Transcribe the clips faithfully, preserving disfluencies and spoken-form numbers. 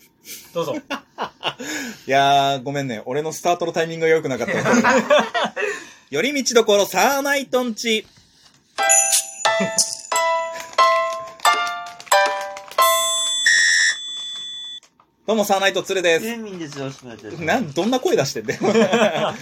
どうぞ。 いやー、ごめんね。俺のスタートのタイミングが良くなかった。寄り道どころ、サーナイトンチ。どうも、サーナイトツルです。 ユーミンです。よろしくお願いします。 なん、どんな声出してんだよ。はい、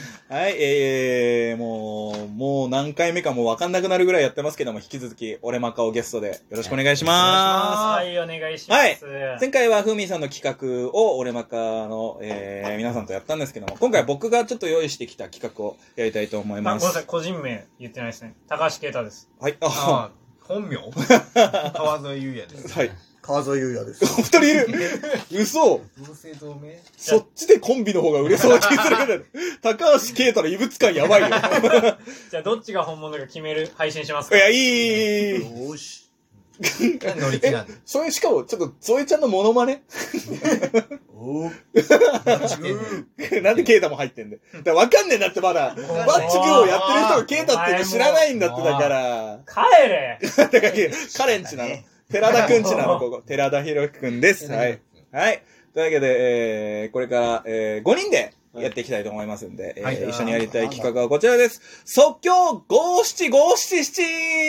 えー、もう、もう何回目かもう分かんなくなるぐらいやってますけども、引き続き、俺マカをゲストでよろしくお願いします。 はい、お願いします。はい。 前回はふーみんさんの企画を俺マカの、えー、皆さんとやったんですけども、今回は僕がちょっと用意してきた企画をやりたいと思います。 あ、ごめんなさい、個人名言ってないですね。高橋啓太です。 はい、 あ、本名川添優也です。 はい。 川添優也です。 お二人いる嘘同姓同名そっちでコンビの方が売れそうな気するけど、高橋啓太の異物感やばいよ。 じゃあどっちが本物か決める配信しますか？ いや、いいいい。よし。 乗り気なんで。 それしかも、ちょっと、ゾエちゃんのモノマネおー。 なんでケイタも入ってんだよ。だからわかんねえんだってまだ。バッチグーをやってる人がケイタっていうの知らないんだってだから。 帰れだから、カレンチなの。寺田くんちなの、ここ。寺田博くんです。はい。はい。というわけで、えー、これから、えー、ごにんでやっていきたいと思いますんで、えーはい、一緒にやりたい企画はこちらです。即興五七五七七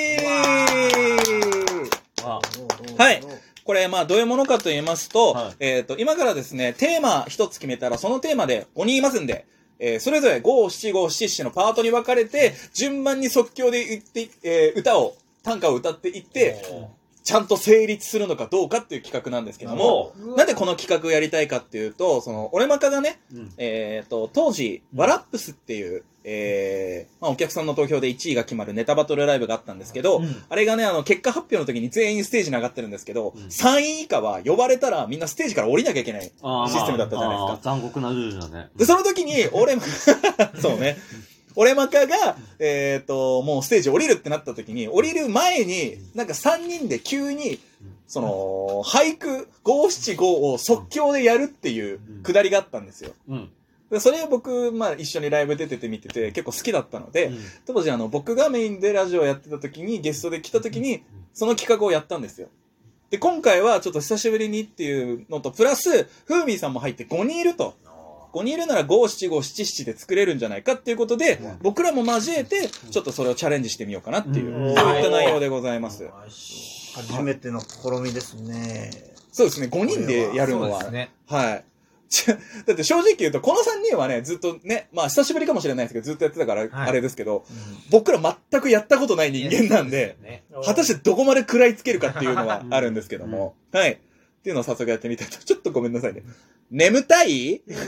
はい。これ、まあ、どういうものかと言いますと、はい、えっと、今からですね、テーマ一つ決めたら、そのテーマでごにんいますんで、えー、それぞれ五七五七七のパートに分かれて、順番に即興で言って、えー、歌を、短歌を歌っていって、ちゃんと成立するのかどうかっていう企画なんですけども、なんでこの企画をやりたいかっていうと、その、俺マカがね、うん、えっと、当時、ワラップスっていう、えー、まあお客さんの投票でいちいが決まるネタバトルライブがあったんですけど、うん、あれがね、あの、結果発表の時に全員ステージに上がってるんですけど、うん、さんい以下は呼ばれたらみんなステージから降りなきゃいけないシステムだったじゃないですか。 ああ、残酷なルールだね。 で、その時に、俺も、そうね。俺マカが、えっと、もうステージ降りるってなった時に、降りる前に、なんかさんにんで急に、その、俳句五七五を即興でやるっていうくだりがあったんですよ。うん、でそれ僕、まあ一緒にライブ出てて見てて結構好きだったので、うん、当時あの、僕がメインでラジオやってた時に、ゲストで来た時に、その企画をやったんですよ。で、今回はちょっと久しぶりにっていうのと、プラス、ふーみーさんも入ってごにんいると。ごにんいるなら五七五七七で作れるんじゃないかっていうことで、うん、僕らも交えて、ちょっとそれをチャレンジしてみようかなっていう、うん、そういった内容でございます。 初めての試みですね。 そうですね、ごにんでやるのは。そうですね。はい。だって正直言うと、このさんにんはね、ずっとね、まあ久しぶりかもしれないですけど、ずっとやってたから、あれですけど、はいうん、僕ら全くやったことない人間なんで、ね、果たしてどこまで食らいつけるかっていうのはあるんですけども、うん、はい。っていうのを早速やってみたいと。ちょっとごめんなさいね。眠たい、うん、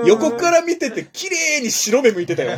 横から見てて綺麗に白目向いてたよ。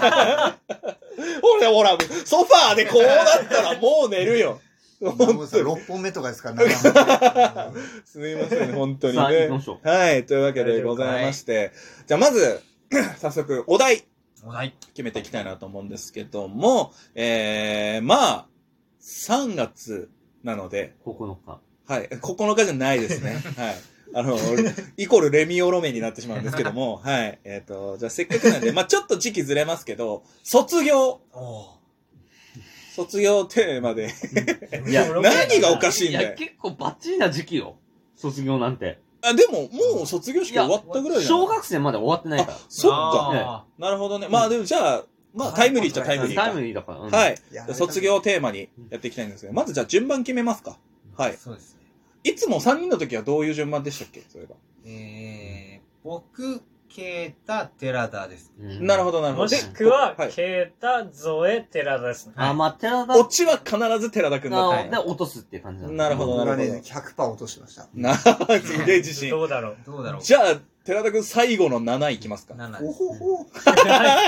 俺ほら、ソファーでこうなったらもう寝るよ。 ろっぽんめとかですかね。 すみません、本当にね。はい、というわけでございまして。じゃあまず、早速、お題。お題。決めていきたいなと思うんですけども、えー、まあ、さんがつなので。 ここのか。 はい。ここのかじゃないですね。はい。あの、イコールレミオロメンになってしまうんですけども、はい。えっと、じゃあせっかくなんで、まあちょっと時期ずれますけど、卒業。卒業テーマで。いや、何がおかしいんだよ。いや、 結構バッチリな時期よ。卒業なんて。 あ、でも、もう卒業式終わったぐらいじゃん。 小学生まで終わってないから。 そっか。なるほどね。まあでもじゃあ、まあタイムリーっちゃタイムリーか。 タイムリーだから。 はい。卒業テーマにやっていきたいんですけど、まずじゃあ順番決めますか。はい。そうですね。いつもさんにんの時はどういう順番でしたっけそれが。 えー、僕、ケイタ、寺田です。 なるほど、なるほど。 もしくは、ケイタ、ゾエ、寺田ですね。 あ、まあ、寺田。 こっちは必ず寺田くんだった。 で、落とすっていう感じなるほど、なるほど。 僕がね、ひゃくパーセント落としました。 なぁ、すげえ自信。 どうだろう。 どうだろう。 じゃあ、寺田くん最後のなないきますか。 なな。 おほほ。 補欠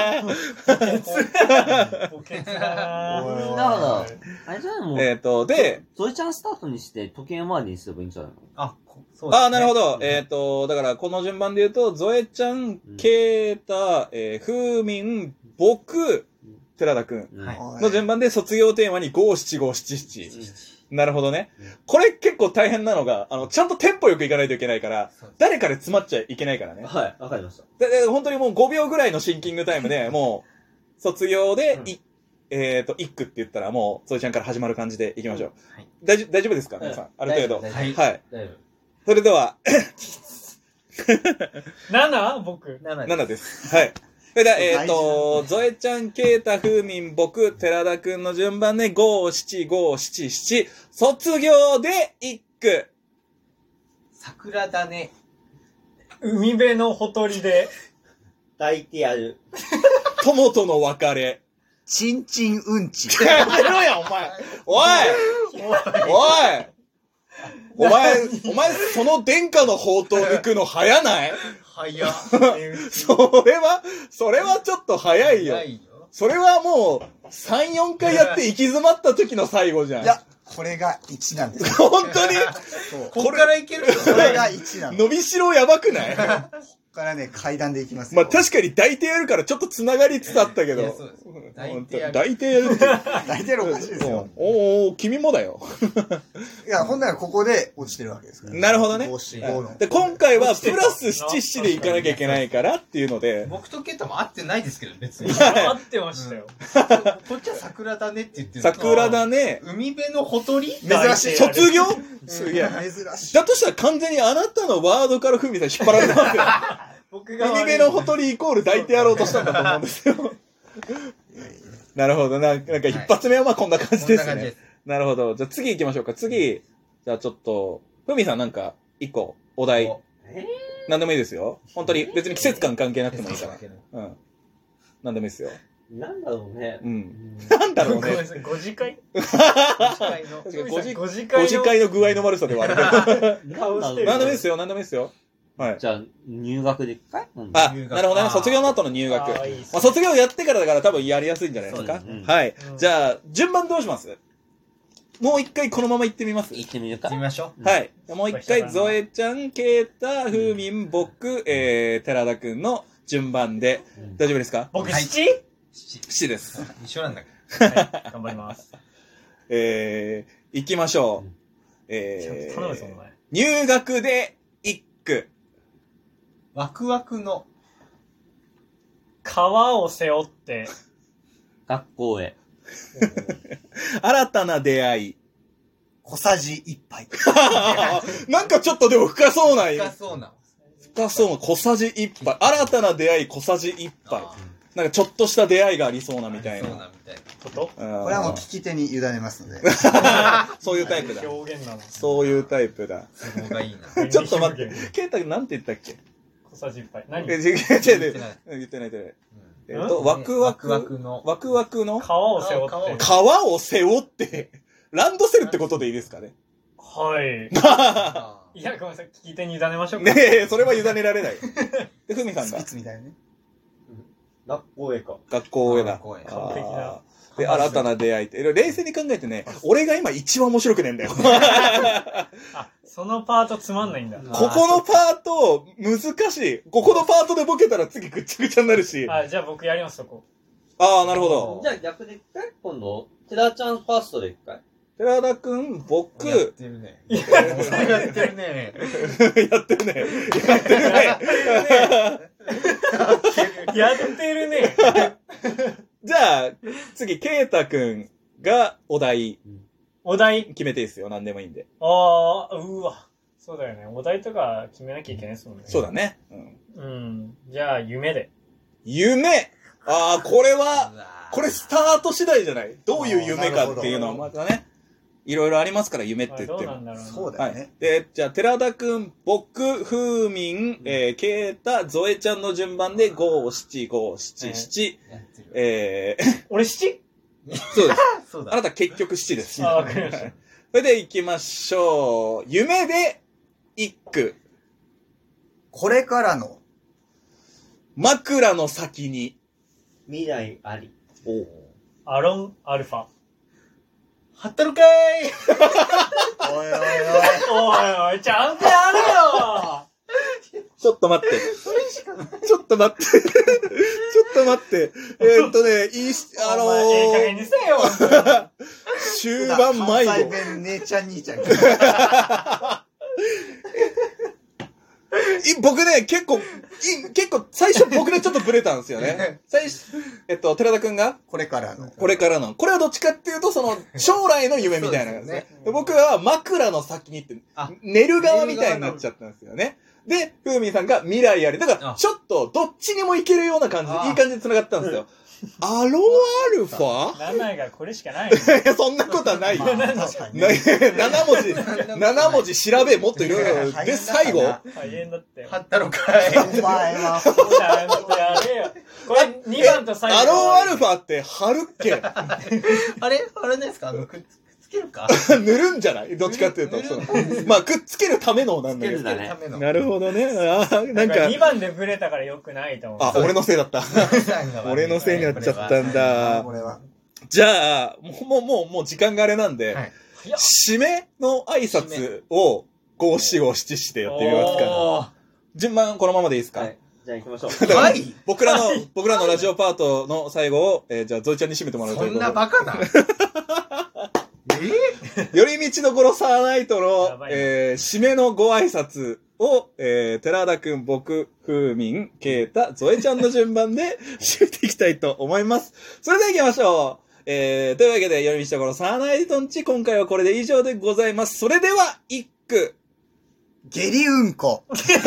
だなぁ。だから、あれじゃないもう。 えっと、で、 ゾエちゃんスタートにして時計回りにすればいいんじゃないのあ、 そうですね。あ、なるほど。えっと、だからこの順番で言うと、ゾエちゃん、ケイタ、えー、フーミン、僕、寺田くんの順番で卒業テーマに五七五七七。なるほどね。これ結構大変なのが、あの、ちゃんとテンポよくいかないといけないから、誰かで詰まっちゃいけないからね。 はい、わかりました。 で、で、本当にもうごびょうぐらいのシンキングタイムで、もう、卒業で、い、 えっと、一句って言ったらもう、ゾエちゃんから始まる感じでいきましょう。 はい大丈夫、大丈夫ですか皆さん。ある程度。 大丈夫はい。 大大丈夫。 それでは、 なな僕。 ななななです。はい。それでは、えっ、 大と、 事ゾエちゃん、ケイタ、フーミン、僕、寺田くんの順番で、ご、しち、ご、しち、しち、卒業で一句。 桜だね。 海辺のほとりで。 抱いてやる。 友との別れ。 ちんちんうんち。 やめろや、お前。おいおいお前、お前、その殿下の宝刀抜くの早ない早っ。 それは、それはちょっと早いよ。 早いよ。 それはもう、さん、よんかいやって行き詰まった時の最後じゃん。 いや、これがいちなんです。 本当にそう。 こっからいけるこれがいちなの。こ伸びしろやばくないっからね、階段でいきますよ。 まあ確かに抱いてやるからちょっと繋がりつつあったけど。 いやそうです抱いてやる抱いてやるって。 抱いてるおかしいですよ。 おーおー君もだよ。 いや、本来はここで落ちてるわけですから。 なるほどね五七五の。 で今回はプラスななで行かなきゃいけないからっていうので。 僕とケイタも合ってないですけど、別に。 合ってましたよ。 こっちは桜だねって言ってる。 桜だね。 海辺のほとり珍しい。 卒業いや、 珍しい。 だとしたら完全にあなたのワードからふみさん引っ張られてますよ。 僕が海辺のほとりイコール抱いてやろうとしたんだと思うんですよ。なるほどな。なんか一発目はまあこんな感じですね。 こんな感じです。 なるほど。じゃあ次行きましょうか。次、じゃあちょっと、ふみさんなんか一個お題お、 えなんでもいいですよ。本当に別に季節感関係なくてもいいから。うん。なんでもいいですよ。 ー、なんだろうね。 う。 うんんなんだろうね。 ごめんなさい、ご次会次回の確かにご次ご次ご次会の具合の悪さではあるけど。 顔してる。 なんでもいいですよ、なんでもいいですよ。はい。 じゃあ、入学で一回なんだあ、 入学なるほどね。 あー卒業の後の入学。 あーいいっすねまあ、卒業やってからだから多分やりやすいんじゃないですか。 そうですねはい。 うんじゃあ、順番どうしますもう一回このまま行ってみます行ってみるか行って。みましょう。 はい。もう一回、ゾエちゃん、ケイタ、フーミン、僕、えー、寺田くんの順番で、 うん大丈夫ですか僕、 はい七七です。 一緒なんだけはい、頑張ります。 えー、行きましょう。 うんえー、 頼むぞ、お前。 入学で一句。 ど。ワクワクの川を背負って、 学校へ。 新たな出会い。 小さじ一杯。 なんかちょっとでも深そうな、 深そうな。 深そうな小さじ一杯。新たな出会い小さじ一杯。 あなんかちょっとした出会いがありそうなーみたいな。 そうなみたいな。 ことここれはもう聞き手に委ねますので。 そういうタイプだ。 表現なの。 そういうタイプだ。 都合がいいな。 ちょっと待って。ケイタなんて言ったっけ小さじいっぱい。何え、違う違う違う。 言ってない言ってない言ってない。えうんっと、ワクワク、 ワクワクのワクワクの川を背負って。 川を背負って、ランドセルってことでいいですかね。 はい。 あーいや、ごめんなさい。聞き手に委ねましょうか。 ねえ、それは委ねられない。で、ふみさんがスピッツみたいなね。 学校へか。 学校へだ。 学校へ完璧だあーで、新たな出会いって。冷静に考えてね、俺が今一番面白くねえんだよ。 あ、そのパートつまんないんだ。 ここのパート、難しい。ここのパートでボケたら次ぐっちゃぐちゃになるし。 あ、じゃあ僕やります、そこ。 ああ、なるほど。 じゃあ逆で一回今度、テラちゃんファーストで一回。 寺田くん、僕、 やってるね。やってるね。 やってるね。やってるね。 やってるね。 じゃあ、次、ケイタくんがお題お題。 決めていいですよ。何でもいいんで。 ああ、うわ。そうだよね。お題とか決めなきゃいけないですもんね。 そうだね。うん。 うん。じゃあ、夢で。 夢ああ、これは、 うわーこれスタート次第じゃないどういう夢かっていうのはまたね、いろいろありますから、夢って言ってもまあどうなん。だろうな。 はいそうだよね。。 で、じゃあ、寺田くん、僕、ふーみん、えー、ケイタ、ゾエちゃんの順番で、ご、しち、ご、しち、しち、 やってる。 えー、 俺七そうです。 そうだ。 あなた結局しちです。 あ、わかりました。 それで行きましょう。夢で一句。 これからの枕の先に。 未来あり。 おアロンアルファ。 はったるかいおいおいおい。 おいおい、ちゃんとやれよちょっと待って。ちょっと待って。ちょっと待って。えー、っとね、いいし、あのお前ええ加減にー、 せえよ終盤迷関西子。 弁姉ちゃん兄ちゃん。 い僕ね、結構、 い結構、最初僕でちょっとブレたんですよね。最初、えっと、寺田くんが、 これからの。 これからの。これはどっちかっていうと、その、将来の夢みたいな感じですね。で僕は枕の先にって、寝る側みたいになっちゃったんですよね。で、ふうみんさんが未来あり。だから、ちょっと、どっちにもいけるような感じで、いい感じで繋がったんですよ。アロアルファ名前がこれしかない。 いや、そんなことはないよ。 確かになね。 なな文字、なな文字調べ、もっといろいろ。で、最後大変だってよ。 貼ったのかい。 お前は。 ちゃんとやれよ。これにばんと最後。 アロアルファって貼るっけあれあれですかあの、くっつけるか塗るんじゃないどっちかっていうと。そのまあ、くっつけるためのなんだけど。 だね。 なるほどね。あーなんかに、ばんでブレたから良くないと思う。 あ、俺のせいだった。俺のせいになっちゃったんだこ。れは。 じゃあ、もう、もう、もう、もう時間があれなんで、 はい締めの挨拶を五七五七七でやってみますか。 おー順番このままでいいですか、 はい。じゃあ行きましょう。 だからはい僕らの、僕らのラジオパートの最後を、えーじゃあ、ゾイちゃんに締めてもらうとそいうんことで。 なバカな。 寄り道の頃サーナイトやの、 ばいなえー締めのご挨拶を、えー、寺田くん、僕、風民、ケイタ、ゾエちゃんの順番で締めていきたいと思います。それでは行きましょう。えー、というわけで、寄り道の頃サーナイトンチ、今回はこれで以上でございます。それでは、一句。 下痢うんこ。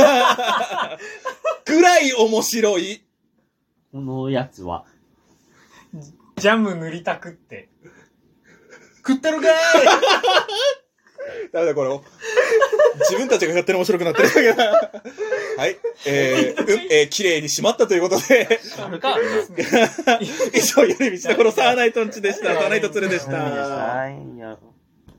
ぐらい面白い。 このやつは。 ジャム塗りたくって。 食ってるかいダメだ、これ。自分たちが勝手に面白くなってるだけだ。はい。えー、う、えー、綺麗に締まったということで、 あるか。 以上、寄り道の頃サーナイトンチでした。サーナイトツルでした。 はい。いや